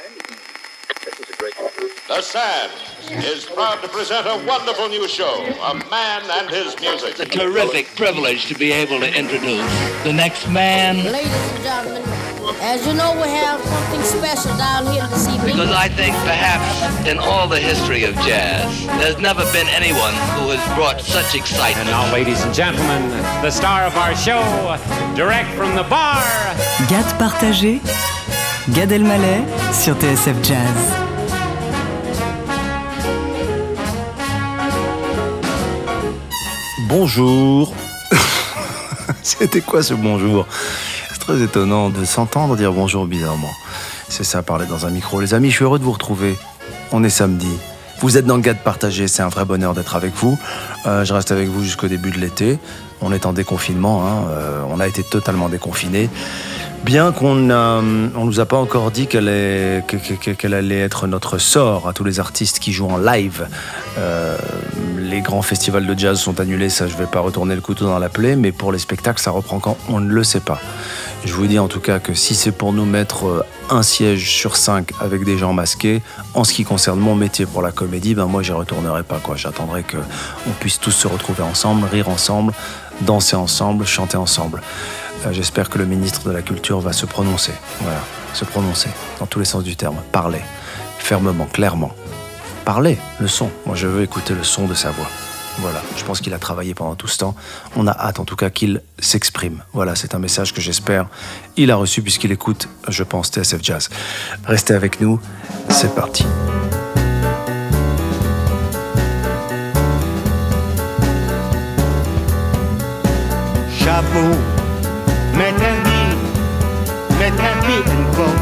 The Sands is proud to present a wonderful new show, A Man and His Music. It's a terrific privilege to be able to introduce the next man. Ladies and gentlemen, as you know, we have something special down here this evening. Because I think perhaps in all the history of jazz, there's never been anyone who has brought such excitement. And now, ladies and gentlemen, the star of our show, direct from the bar. Gad partagé, Gad Elmaleh sur TSF Jazz. Bonjour. C'était quoi ce bonjour? C'est très étonnant de s'entendre dire bonjour bizarrement. C'est ça, parler dans un micro. Les amis, je suis heureux de vous retrouver. On est samedi. Vous êtes dans le Gad partagé, c'est un vrai bonheur d'être avec vous. Je reste avec vous jusqu'au début de l'été. On est en déconfinement, on a été totalement déconfinés. Bien qu'on nous a pas encore dit qu'elle allait être notre sort à tous les artistes qui jouent en live. Les grands festivals de jazz sont annulés, ça je vais pas retourner le couteau dans la plaie, mais pour les spectacles ça reprend quand? On ne le sait pas. Je vous dis en tout cas que si c'est pour nous mettre un siège sur 5 avec des gens masqués, en ce qui concerne mon métier pour la comédie, ben moi j'y retournerai pas quoi. J'attendrai qu'on puisse tous se retrouver ensemble, rire ensemble, danser ensemble, chanter ensemble. J'espère que le ministre de la Culture va se prononcer. Voilà, se prononcer dans tous les sens du terme. Parler, fermement, clairement. Parler, le son. Moi, je veux écouter le son de sa voix. Voilà, je pense qu'il a travaillé pendant tout ce temps. On a hâte, en tout cas, qu'il s'exprime. Voilà, c'est un message que j'espère il a reçu puisqu'il écoute, je pense, TSF Jazz. Restez avec nous, c'est parti. Chapeau, mettre un pied en coque.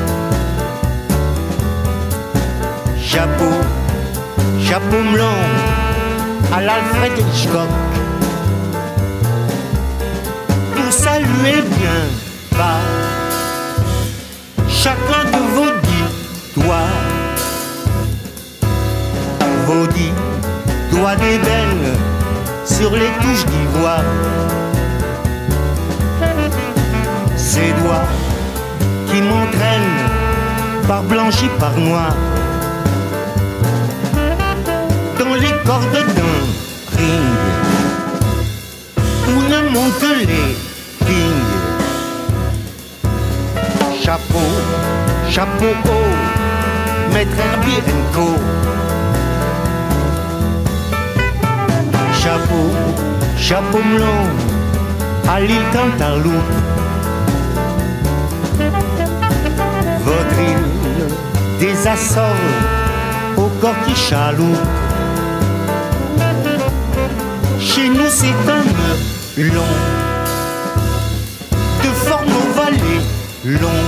Chapeau melon à l'Alfred Hitchcock. Pour saluer bien bas chacun de vos dix doigts. Vos dix doigts d'ébène sur les touches d'ivoire. Ces doigts qui m'entraînent par blanc et par noir dans les cordes d'un ring où ne montent que les kings. Chapeau haut, maître Herbie & Co. Chapeau melon à l'île Cantaloupe. Votre île des Açores au corps qui chaloupe. Chez nous c'est un long de forme ovale long.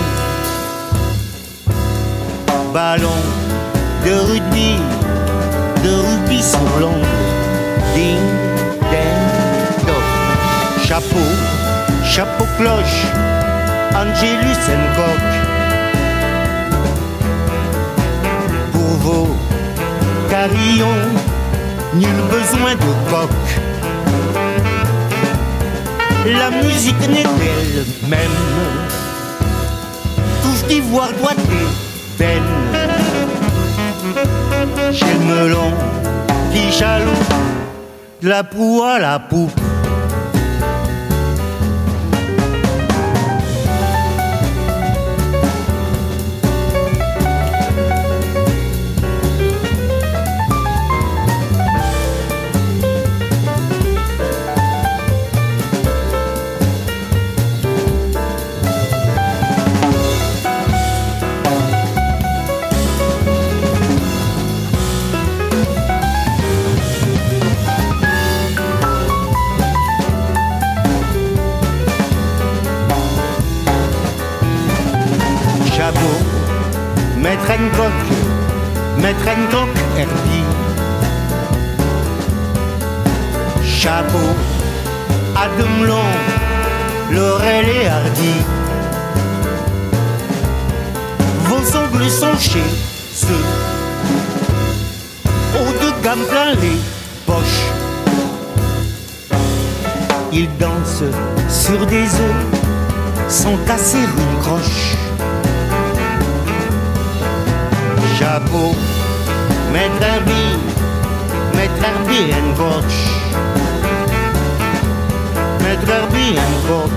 Ballon de rugby sur l'ongle. Ding, ding, doc. Chapeau cloche, Angelus & Coq. Pour vos carillons, nul besoin de coq. La musique n'est elle-même touche d'ivoire doigté peine. Chez le melon qui chaloupe de la proue à la poupe. Maître Hancock, Herbie. Chapeau à deux melons, Laurel et Hardy. Vos ongles sont chez ceux haut de gamme plein les poches. Ils dansent sur des œufs sans casser une croche. peau. Mettre Herbie Hancock. Mettre Herbie Hancock.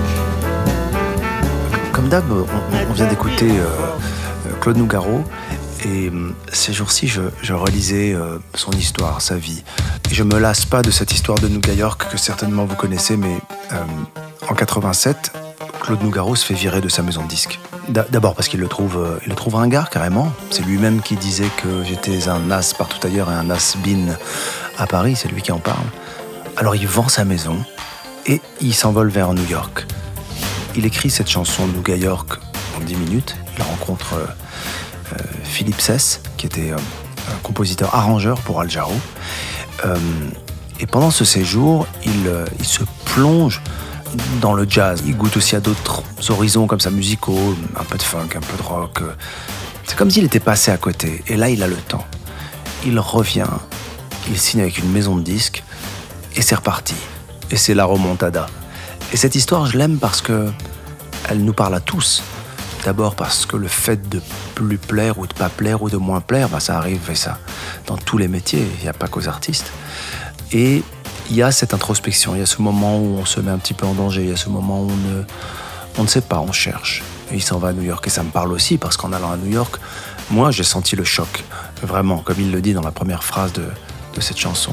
Comme d'hab, on vient d'écouter Claude Nougaro. Et ces jours-ci, je relisais son histoire, sa vie. Et je me lasse pas de cette histoire de Nouga York que certainement vous connaissez, mais en 87, Claude Nougaro se fait virer de sa maison de disques. D'abord parce qu'il le trouve ringard carrément. C'est lui-même qui disait que j'étais un as partout ailleurs et un has-been à Paris, c'est lui qui en parle. Alors il vend sa maison et il s'envole vers New York. Il écrit cette chanson Nouga York en 10 minutes. Il rencontre Philippe Sess, qui était un compositeur-arrangeur pour Al Jarreau. Et pendant ce séjour, il se plonge dans le jazz. Il goûte aussi à d'autres horizons comme ça, musicaux, un peu de funk, un peu de rock. C'est comme s'il était passé à côté. Et là, il a le temps. Il revient, il signe avec une maison de disques, et c'est reparti. Et c'est la remontada. Et cette histoire, je l'aime parce que elle nous parle à tous. D'abord parce que le fait de plus plaire ou de pas plaire ou de moins plaire, ça arrive et ça dans tous les métiers, il n'y a pas qu'aux artistes. Et il y a cette introspection, il y a ce moment où on se met un petit peu en danger, il y a ce moment où on ne sait pas, on cherche. Et il s'en va à New York et ça me parle aussi parce qu'en allant à New York, moi j'ai senti le choc, vraiment, comme il le dit dans la première phrase de cette chanson.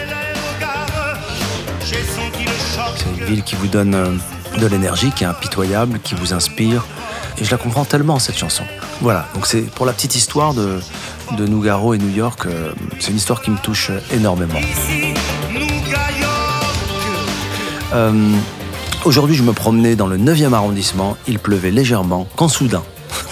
C'est une ville qui vous donne de l'énergie, qui est impitoyable, qui vous inspire. Et je la comprends tellement, cette chanson. Voilà, donc c'est pour la petite histoire de Nougaro et New York, c'est une histoire qui me touche énormément. Aujourd'hui, je me promenais dans le 9e arrondissement, il pleuvait légèrement, quand soudain,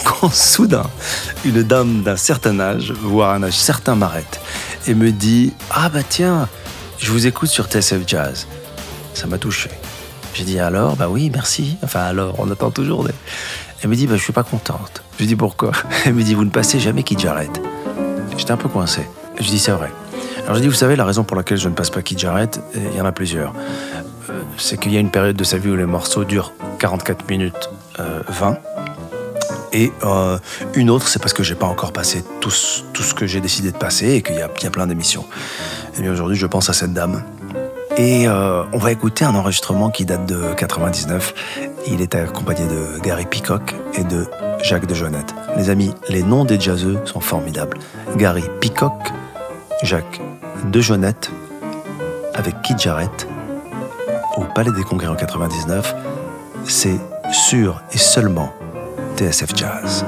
une dame d'un certain âge, voire un âge certain, m'arrête et me dit « Ah bah tiens, je vous écoute sur TSF Jazz ». Ça m'a touché. J'ai dit « Alors ? Bah oui, merci. Enfin alors, on attend toujours des... » Elle me dit, je suis pas contente. Je lui dis, pourquoi ? Elle me dit, vous ne passez jamais Keith Jarrett. J'étais un peu coincé. Je dis, c'est vrai. Alors je dis, vous savez, la raison pour laquelle je ne passe pas Keith Jarrett, il y en a plusieurs. C'est qu'il y a une période de sa vie où les morceaux durent 44 minutes 20. Et une autre, c'est parce que j'ai pas encore passé tout ce que j'ai décidé de passer et qu'il y a plein d'émissions. Et bien aujourd'hui, je pense à cette dame. Et on va écouter un enregistrement qui date de 99. Il est accompagné de Gary Peacock et de Jacques DeJohnette. Les amis, les noms des jazzeux sont formidables. Gary Peacock, Jacques DeJohnette, avec Keith Jarrett, au Palais des Congrès en 99. C'est sur et seulement TSF Jazz.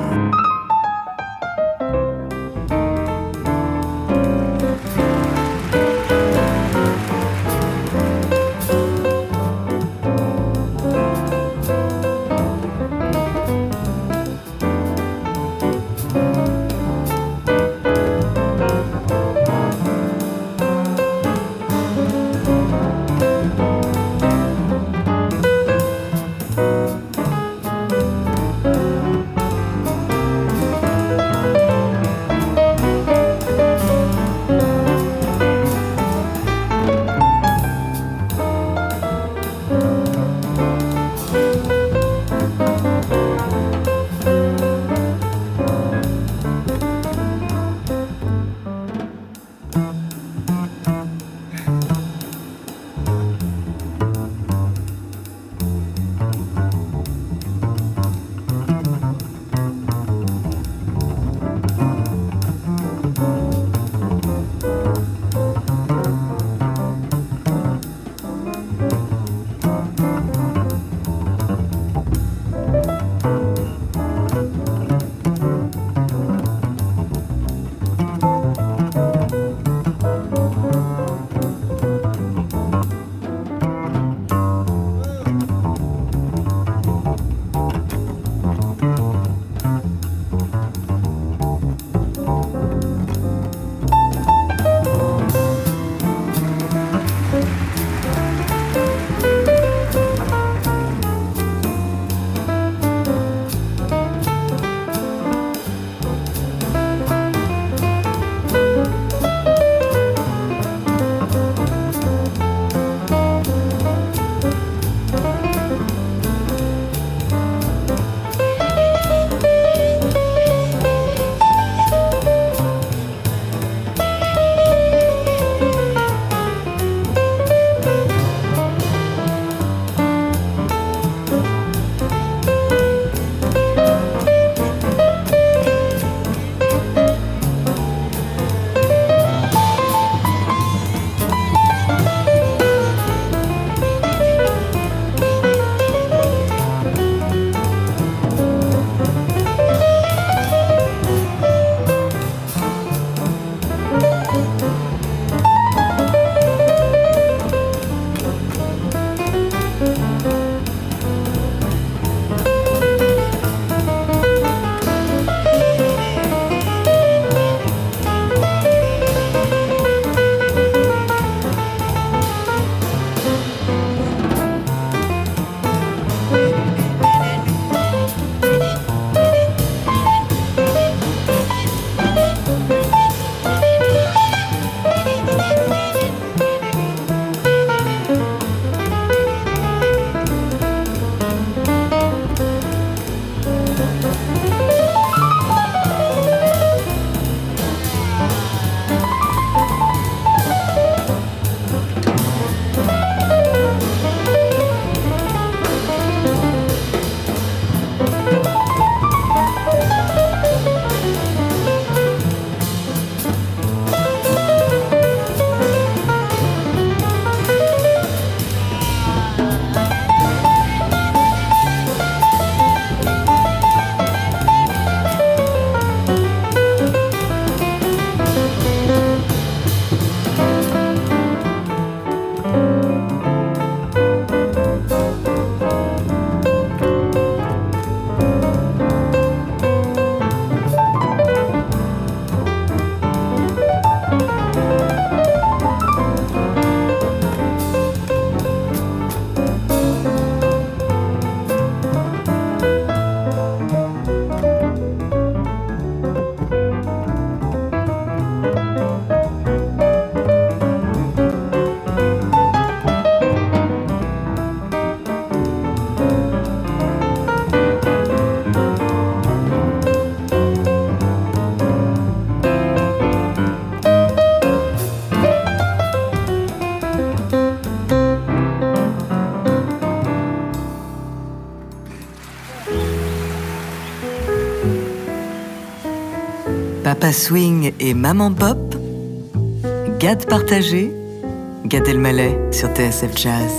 Papa Swing et Maman Pop, Gad partagé, Gad Elmaleh sur TSF Jazz.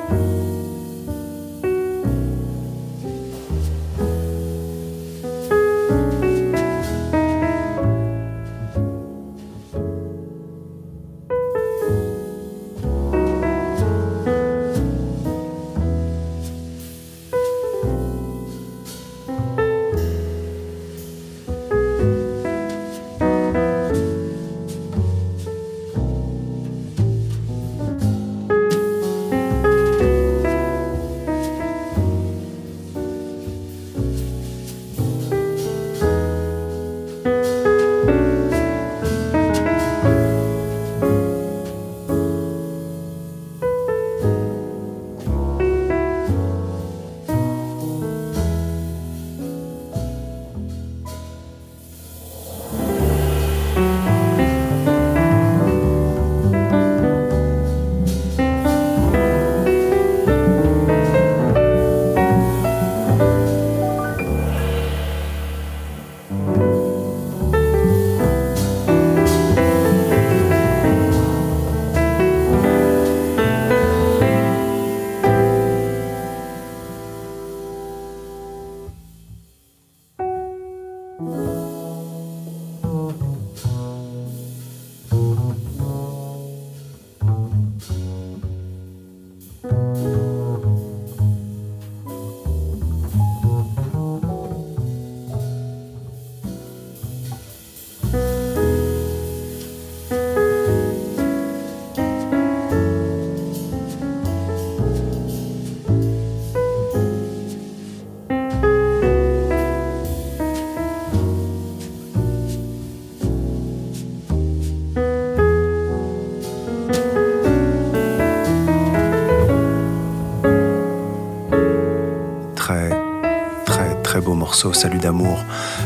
Salut d'amour.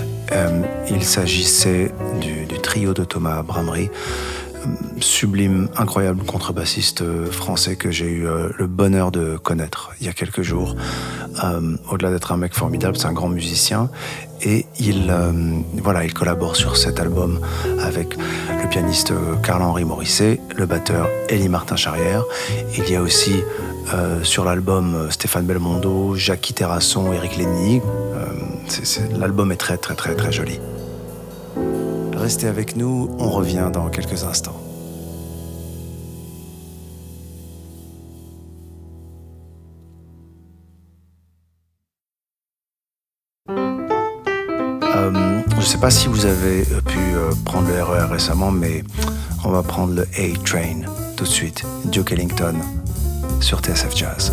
Il s'agissait du trio de Thomas Bramery, sublime, incroyable contrebassiste français que j'ai eu le bonheur de connaître il y a quelques jours. Au-delà d'être un mec formidable, c'est un grand musicien et il collabore sur cet album avec le pianiste Carl-Henri Morisset, le batteur Élie Martin-Charrière. Il y a aussi sur l'album Stéphane Belmondo, Jackie Terrasson, Éric Lenny. L'album est très très très très joli. Restez avec nous, on revient dans quelques instants. Je ne sais pas si vous avez pu prendre le RER récemment, mais on va prendre le A-Train tout de suite. Duke Ellington sur TSF Jazz.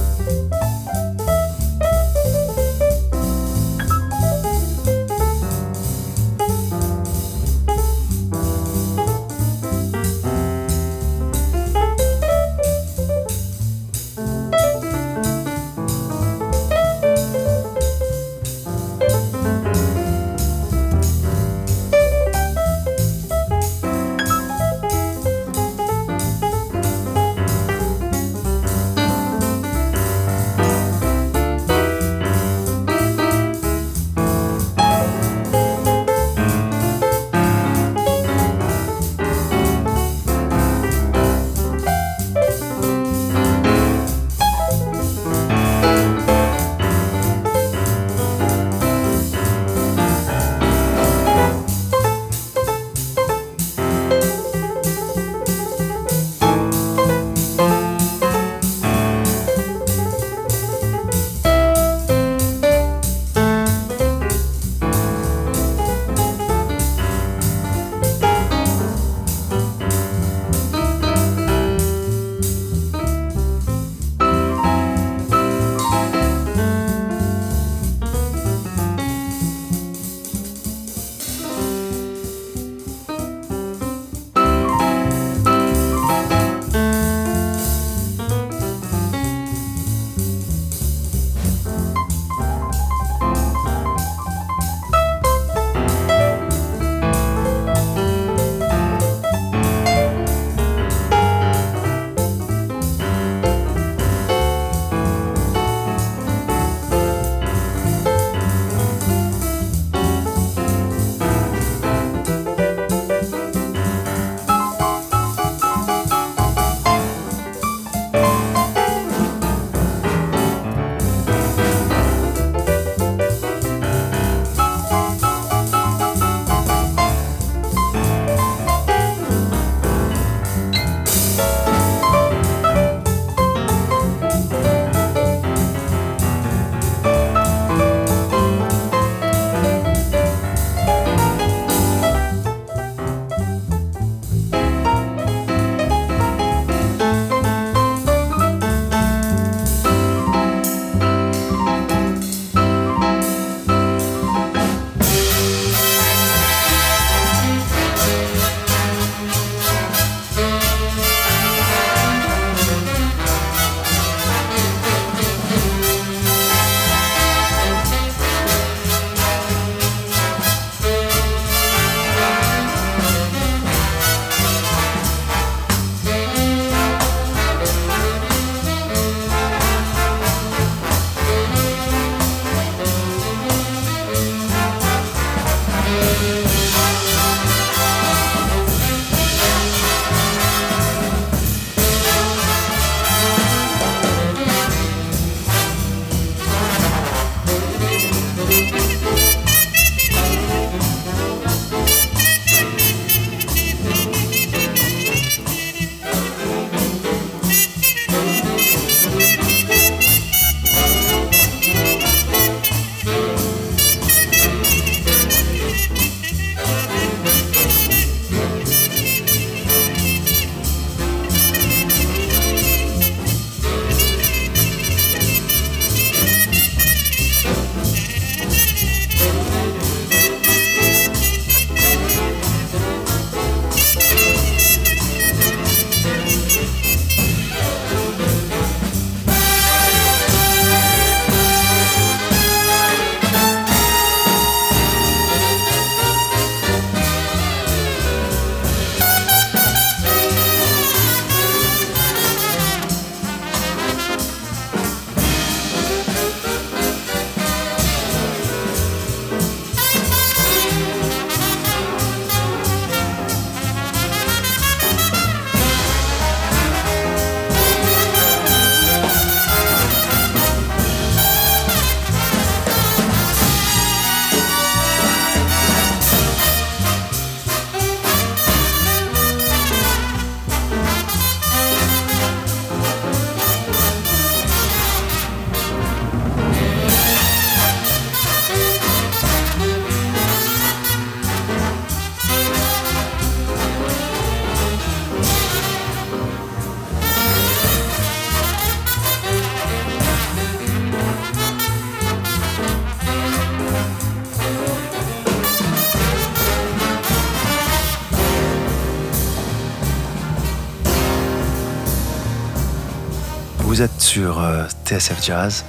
Vous êtes sur TSF Jazz,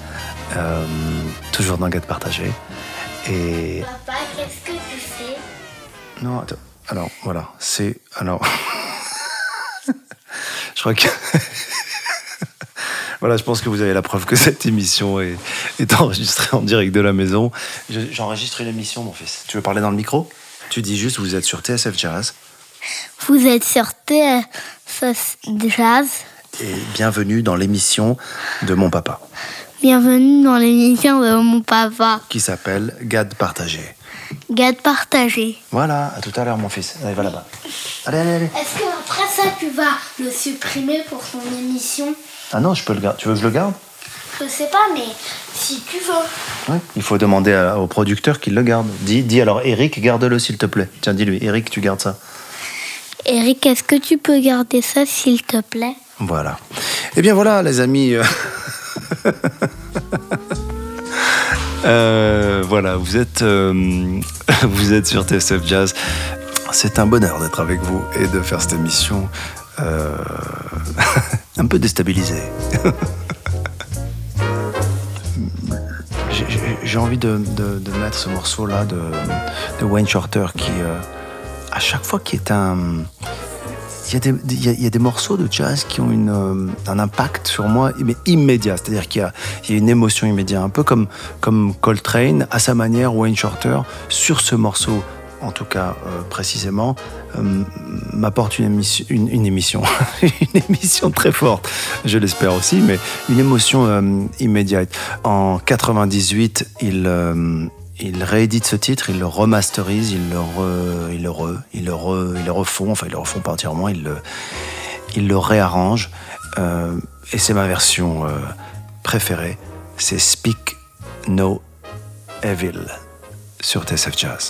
toujours dans Gade Partagé. Et... Papa, qu'est-ce que tu fais? Non, attends. Alors, voilà, c'est... Alors... je crois que... Voilà, je pense que vous avez la preuve que cette émission est enregistrée en direct de la maison. J'enregistre une émission, mon fils. Tu veux parler dans le micro? Tu dis juste, vous êtes sur TSF Jazz. Vous êtes sur TSF Jazz. Et bienvenue dans l'émission de mon papa. Bienvenue dans l'émission de mon papa. Qui s'appelle Gade Partagé. Gade Partagé. Voilà, à tout à l'heure, mon fils. Allez, va là-bas. Allez. Est-ce qu'après ça, tu vas le supprimer pour ton émission? Ah non, je peux le garder. Tu veux que je le garde? Je sais pas, mais si tu veux. Ouais, il faut demander au producteur qu'il le garde. Dis alors, Eric, garde-le, s'il te plaît. Tiens, dis-lui, Eric, tu gardes ça. Eric, est-ce que tu peux garder ça, s'il te plaît? Voilà. Eh bien voilà, les amis. Voilà, vous êtes sur TSF Jazz. C'est un bonheur d'être avec vous et de faire cette émission un peu déstabilisée. J'ai envie de mettre ce morceau-là de Wayne Shorter qui, à chaque fois, qui est un... Il y a des morceaux de jazz qui ont un impact sur moi, mais immédiat. C'est-à-dire qu'il y a une émotion immédiate, un peu comme Coltrane, à sa manière, Wayne Shorter, sur ce morceau, en tout cas précisément, m'apporte une émission très forte, je l'espère aussi, mais une émotion immédiate. En 98, il réédite ce titre, il le remasterise, ils le refont pas entièrement, il le réarrange. Et c'est ma version préférée, c'est Speak No Evil sur TSF Jazz.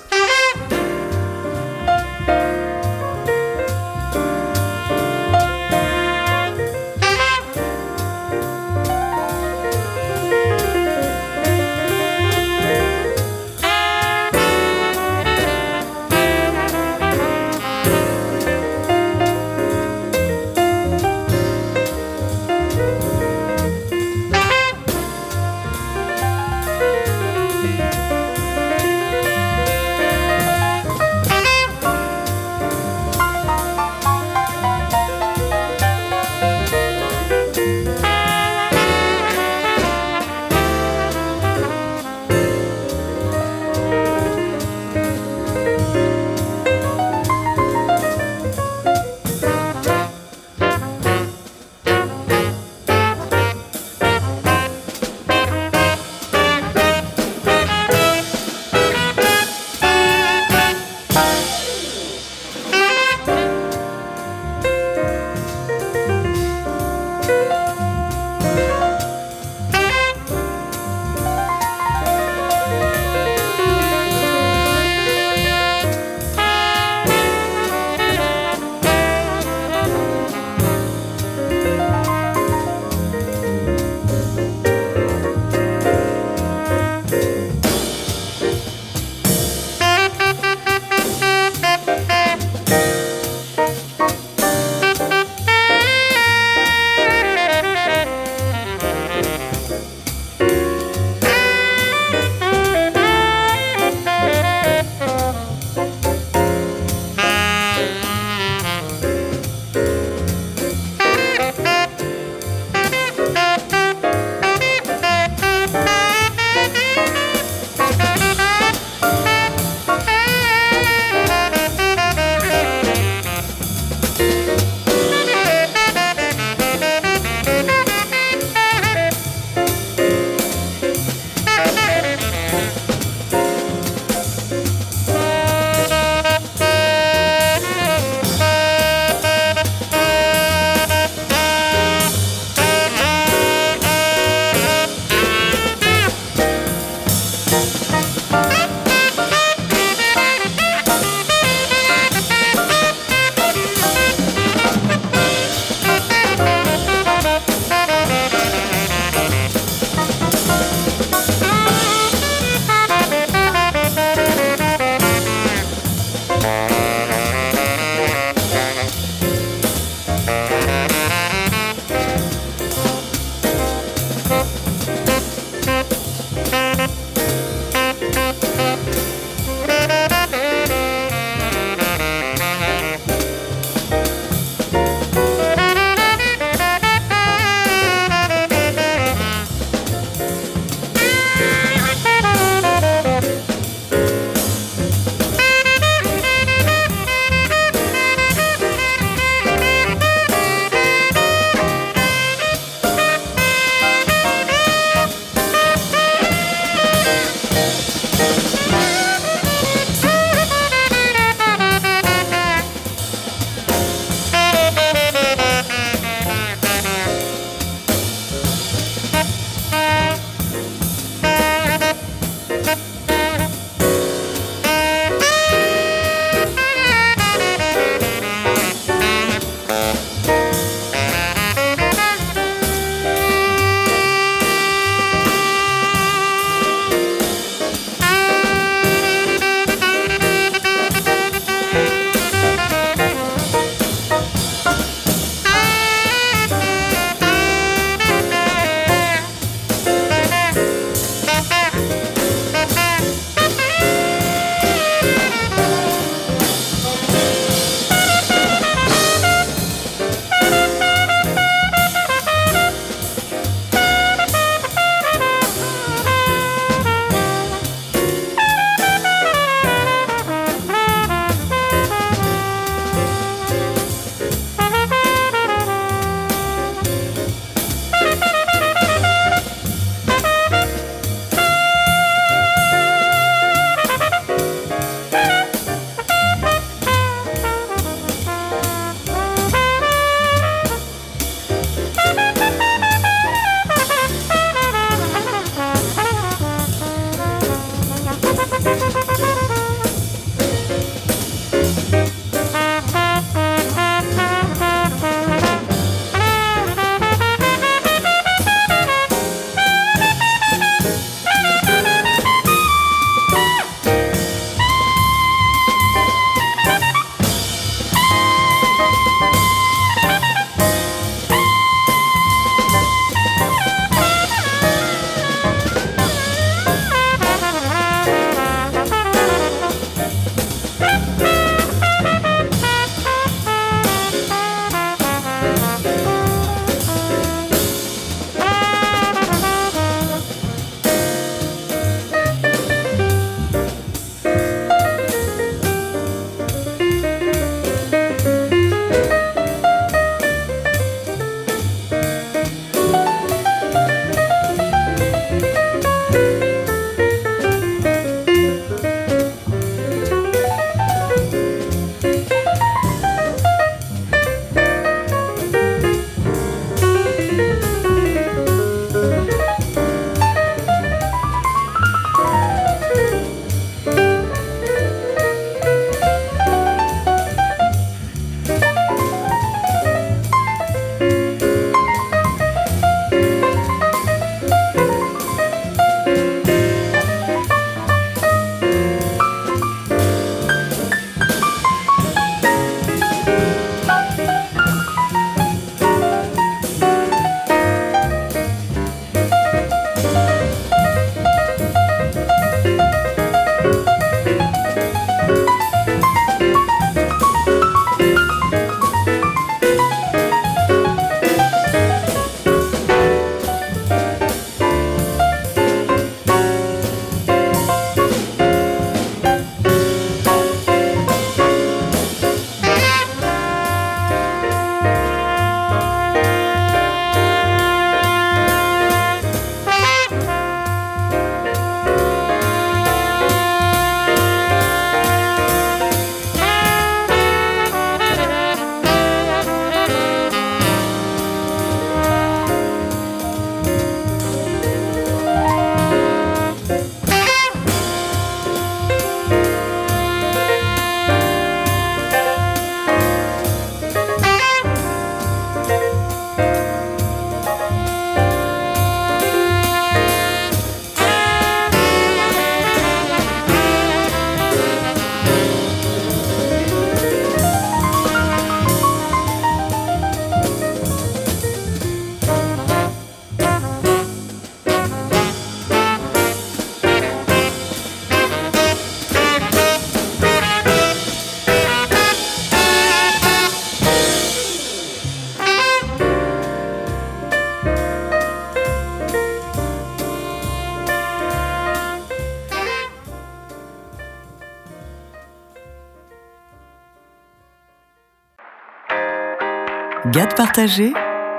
Gad partagé,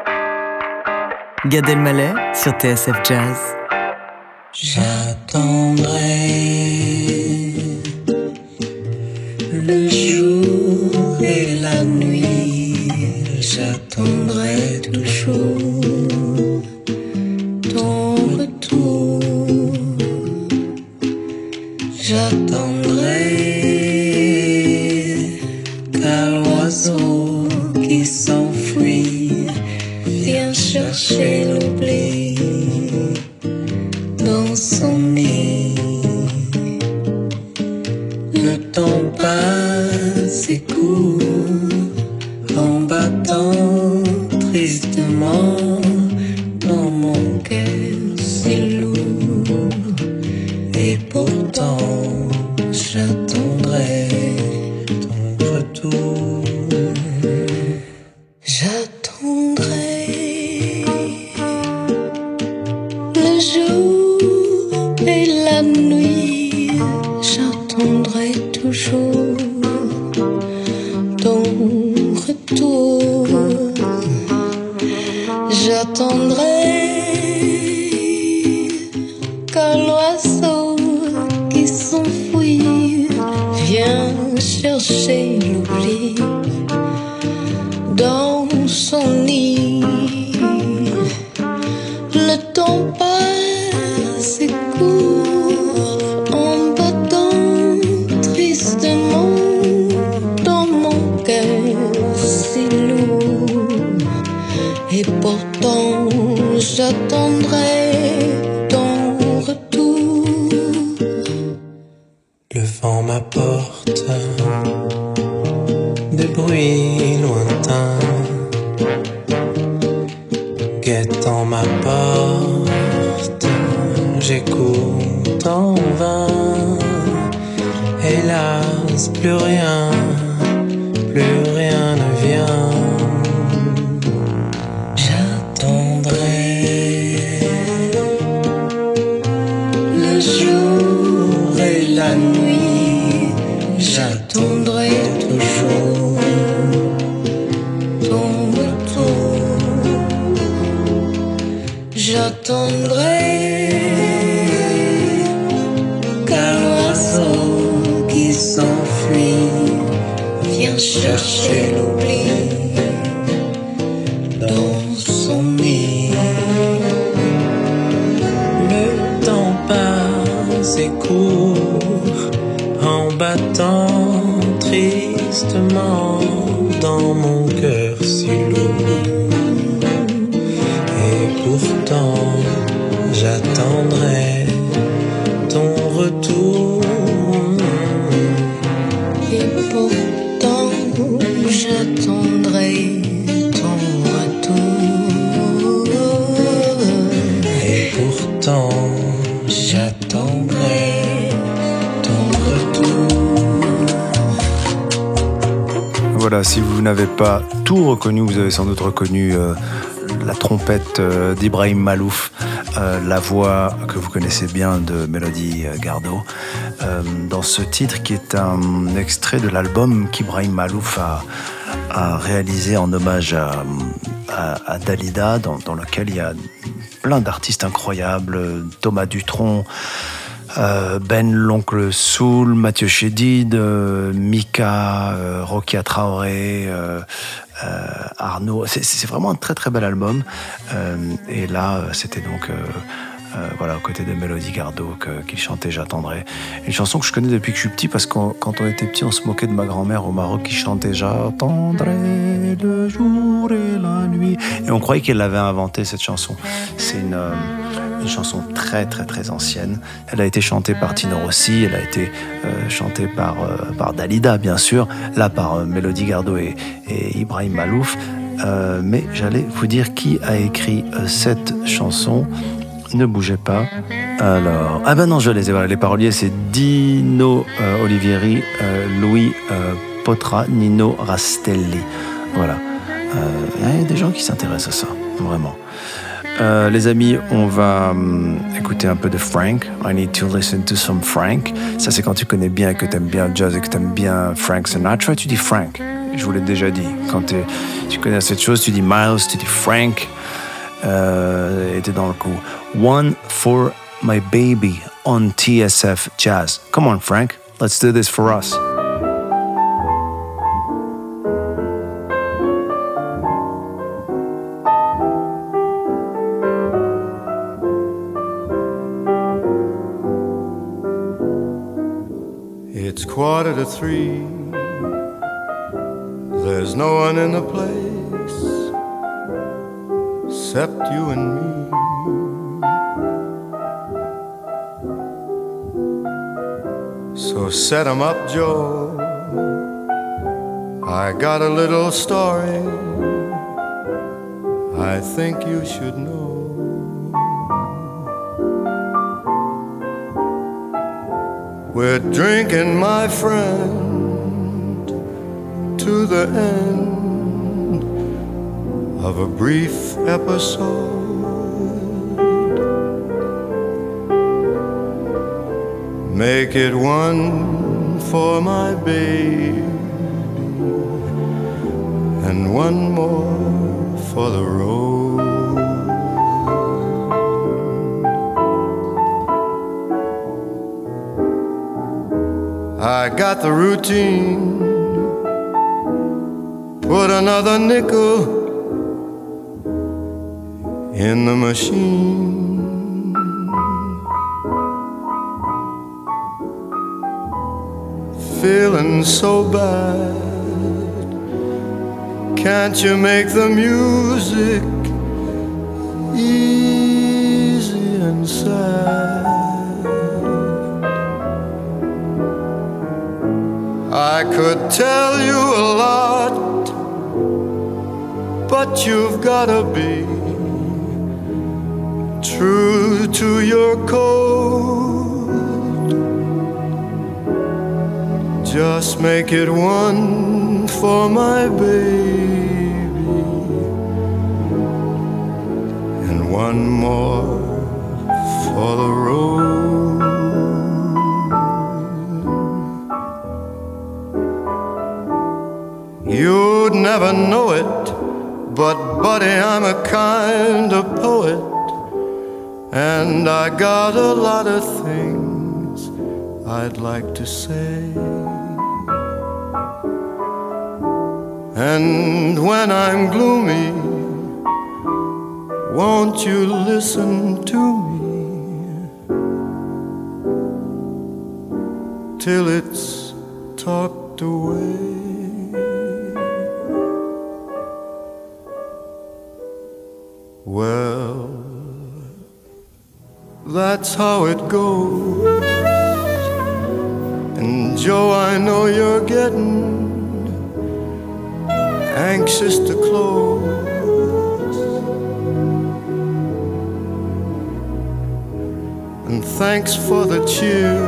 Gad Elmaleh sur TSF Jazz. J'attendrai le jour et la nuit, j'attendrai toujours ton retour. J'attendrai qu'un oiseau qui s'enfuit vient chercher l'oubli dans son nid. Le temps passe et court en battant tristement dans mon cœur si lourd. Et pourtant j'attendrai ton retour. J'attendrai le jour et la nuit, j'attendrai toujours ton retour. J'attendrai qu'un oiseau qui s'enfuit vient chercher l'oubli dans son nid. Le temps passe et court en battant tristement dans mon cœur si lourd. Et pourtant j'attendrai ton retour. Le vent m'apporte des bruits lointains, guettant ma porte, j'écoute en vain. Hélas, plus rien ne vient. J'attendrai le jour et la nuit, j'attendrai toujours ton retour. J'attendrai qu'un oiseau qui s'enfuit vient chercher l'oubli dans son nid. Le temps passe et court en battant tristement dans mon cœur si lourd. Et pourtant j'attendrai ton retour. Et pourtant j'attendrai ton retour. Et pourtant j'attendrai ton retour. Voilà, si vous n'avez pas tout reconnu, vous avez sans doute reconnu la trompette d'Ibrahim Malouf, la voix que vous connaissez bien de Mélodie Gardot, dans ce titre qui est un extrait de l'album qu'Ibrahim Malouf a réalisé en hommage à Dalida, dans lequel il y a plein d'artistes incroyables, Thomas Dutronc, Ben l'Oncle Soul, Mathieu Chédid, Mika, Rokia Traoré, Arnaud. C'est vraiment un très très bel album. Et là, c'était donc voilà, aux côtés de Mélodie Gardot qu'il chantait J'attendrai. Une chanson que je connais depuis que je suis petit, parce que quand on était petit, on se moquait de ma grand-mère au Maroc qui chantait J'attendrai le jour et la nuit. Et on croyait qu'elle l'avait inventée, cette chanson. C'est une chanson très très très ancienne. Elle a été chantée par Tino Rossi, elle a été chantée par Dalida bien sûr, là par Mélodie Gardot et Ibrahim Malouf. Mais j'allais vous dire qui a écrit cette chanson. Ne bougez pas. Alors, ah ben non, je les ai. Voilà, les paroliers, c'est Dino Olivieri, Louis Potra, Nino Rastelli. Voilà. Il y a des gens qui s'intéressent à ça, vraiment. Les amis, on va écouter un peu de Frank. I need to listen to some Frank. Ça, c'est quand tu connais bien, que t'aimes bien le jazz et que t'aimes bien Frank Sinatra. Tu dis Frank. Je vous l'ai déjà dit. Quand tu connais cette chose, tu dis Miles, tu dis Frank, et t'es dans le coup. One for my baby on TSF Jazz. Come on, Frank, let's do this for us. It's 2:45. There's no one in the place except you and me. So set 'em up, Joe. I got a little story I think you should know. We're drinking, my friend, to the end of a brief episode. Make it one for my baby and one more for the road. I got the routine. Put another nickel in the machine. Feeling so bad. Can't you make the music easy and sad? I could tell you a lot, but you've gotta be true to your code. Just make it one for my baby and one more for the road. You'd never know it, but buddy, I'm a kind of poet, and I got a lot of things I'd like to say. And when I'm gloomy, won't you listen to me till it's talked away? Well, that's how it goes. And Joe, I know you're getting anxious to close. And thanks for the cheer.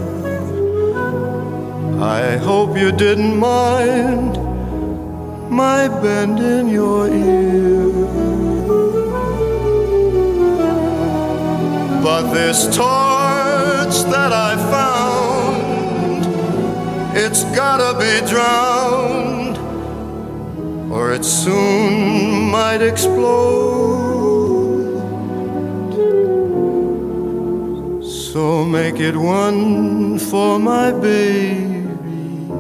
I hope you didn't mind my bending your ear. But this torch that I found, it's gotta be drowned, or it soon might explode. So make it one for my baby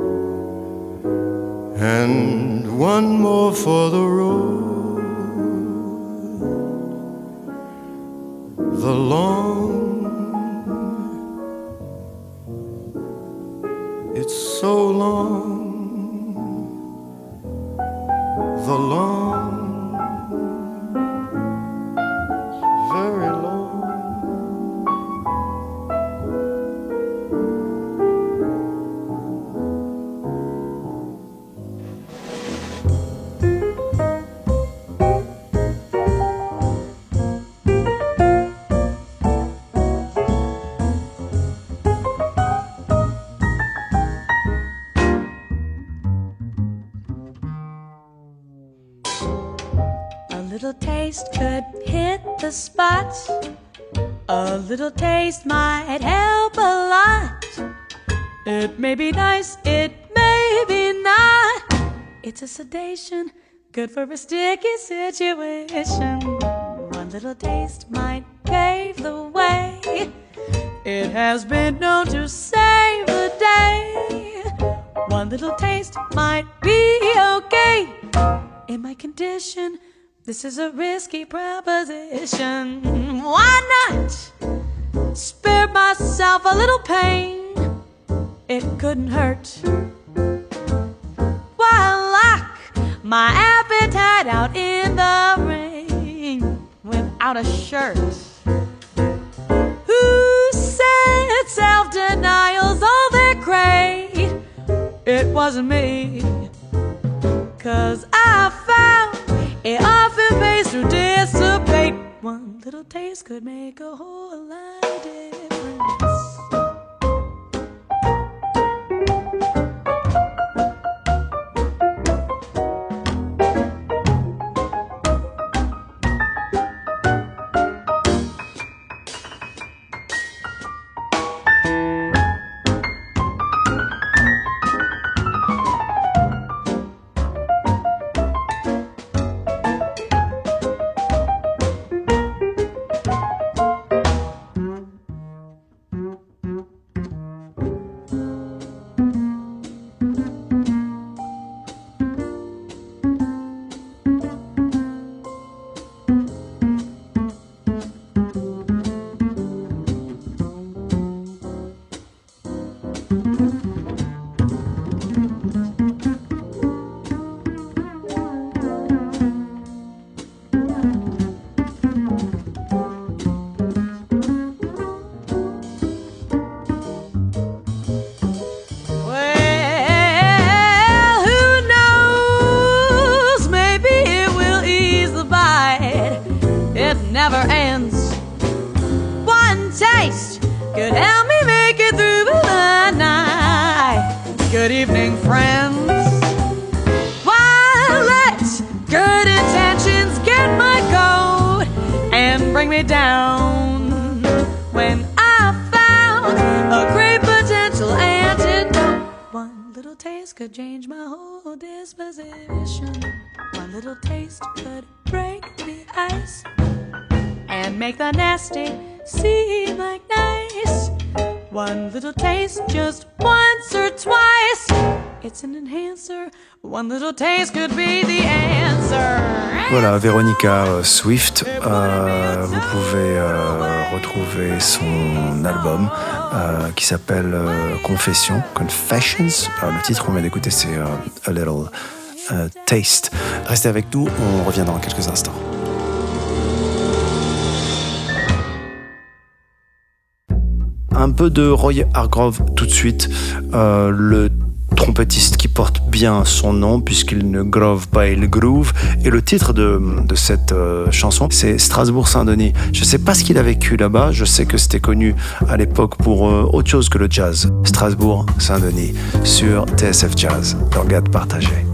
and one more for the road. The long, it's so long, the long, very long. little taste could hit the spot. A little taste might help a lot. It may be nice, it may be not. it's a sedation, good for a sticky situation. One little taste might pave the way. It has been known to save the day. One little taste might be okay. In my condition, this is a risky proposition. Why not spare myself a little pain? It couldn't hurt. Why lock my appetite out in the rain without a shirt? Who said self-denial's all that great? It wasn't me, 'cause I found it often pays to dissipate. One little taste could make a whole lot of difference. Good evening, friends. Why let good intentions get my goat and bring me down when I found a great potential antidote? One little taste could change my whole disposition. One little taste could break the ice and make the nasty seem like nice. One little taste, just once or twice, it's an enhancer. One little taste could be the answer. Voilà, Veronica Swift. Vous pouvez retrouver son album qui s'appelle Confessions. Le titre qu'on vient d'écouter, c'est A Little Taste. Restez avec nous, on revient dans quelques instants. Un peu de Roy Hargrove tout de suite, le trompettiste qui porte bien son nom puisqu'il ne grove pas, il groove. Et le titre de cette chanson, c'est Strasbourg-Saint-Denis. Je ne sais pas ce qu'il a vécu là-bas, je sais que c'était connu à l'époque pour autre chose que le jazz. Strasbourg-Saint-Denis sur TSF Jazz, le regard partagé.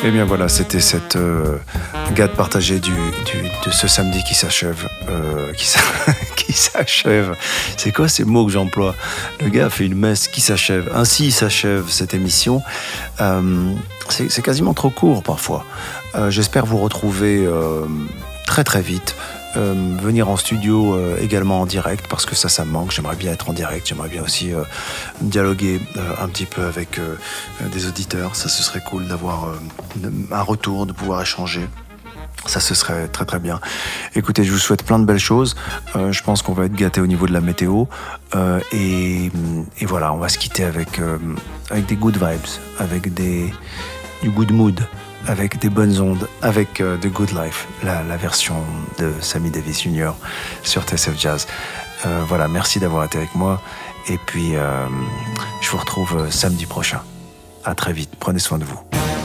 Et bien voilà, c'était cette gade partagée de ce samedi qui s'achève. Qui s'achève. C'est quoi ces mots que j'emploie? Le gars a fait une messe qui s'achève. Ainsi s'achève cette émission. C'est quasiment trop court parfois. J'espère vous retrouver très très vite. Venir en studio également en direct parce que ça me manque. J'aimerais bien être en direct, j'aimerais bien aussi dialoguer un petit peu avec des auditeurs. Ça, ce serait cool d'avoir un retour, de pouvoir échanger. Ça, ce serait très très bien. Écoutez, je vous souhaite plein de belles choses. Je pense qu'on va être gâtés au niveau de la météo. Et voilà, on va se quitter avec des good vibes, avec du good mood, avec des bonnes ondes, avec The Good Life, la version de Sammy Davis Jr. sur TSF Jazz. Voilà, merci d'avoir été avec moi. Et puis, je vous retrouve samedi prochain. À très vite. Prenez soin de vous.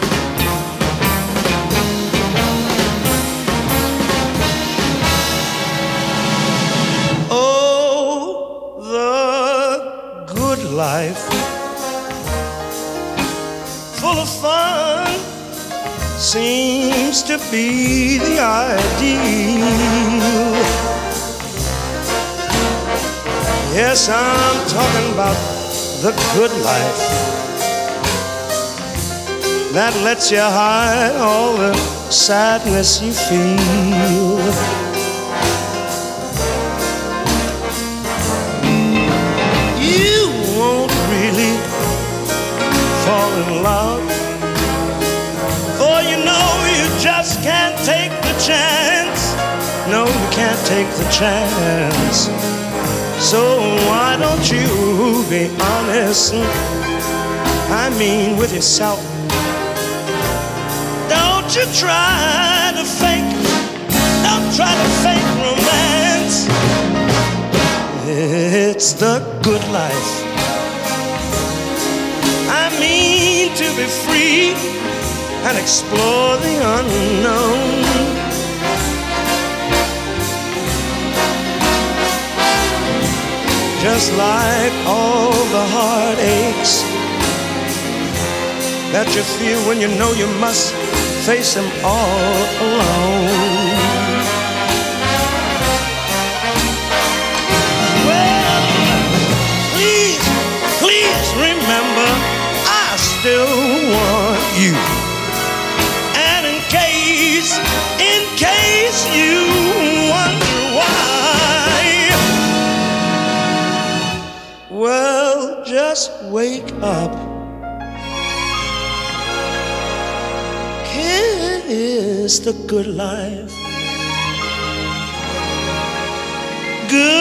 Oh, the good life, full of fun, seems to be the ideal. Yes, I'm talking about the good life that lets you hide all the sadness you feel. You won't really fall in love, for you know you just can't take the chance. No, you can't take the chance. So why don't you be honest? I mean with yourself. Don't you try to fake, don't try to fake romance. It's the good life. I mean to be free and explore the unknown. Just like all the heartaches that you feel when you know you must face them all alone. Well, please, please remember, I still want you. And in case you wonder why, well, just wake up. Kiss the good life. Good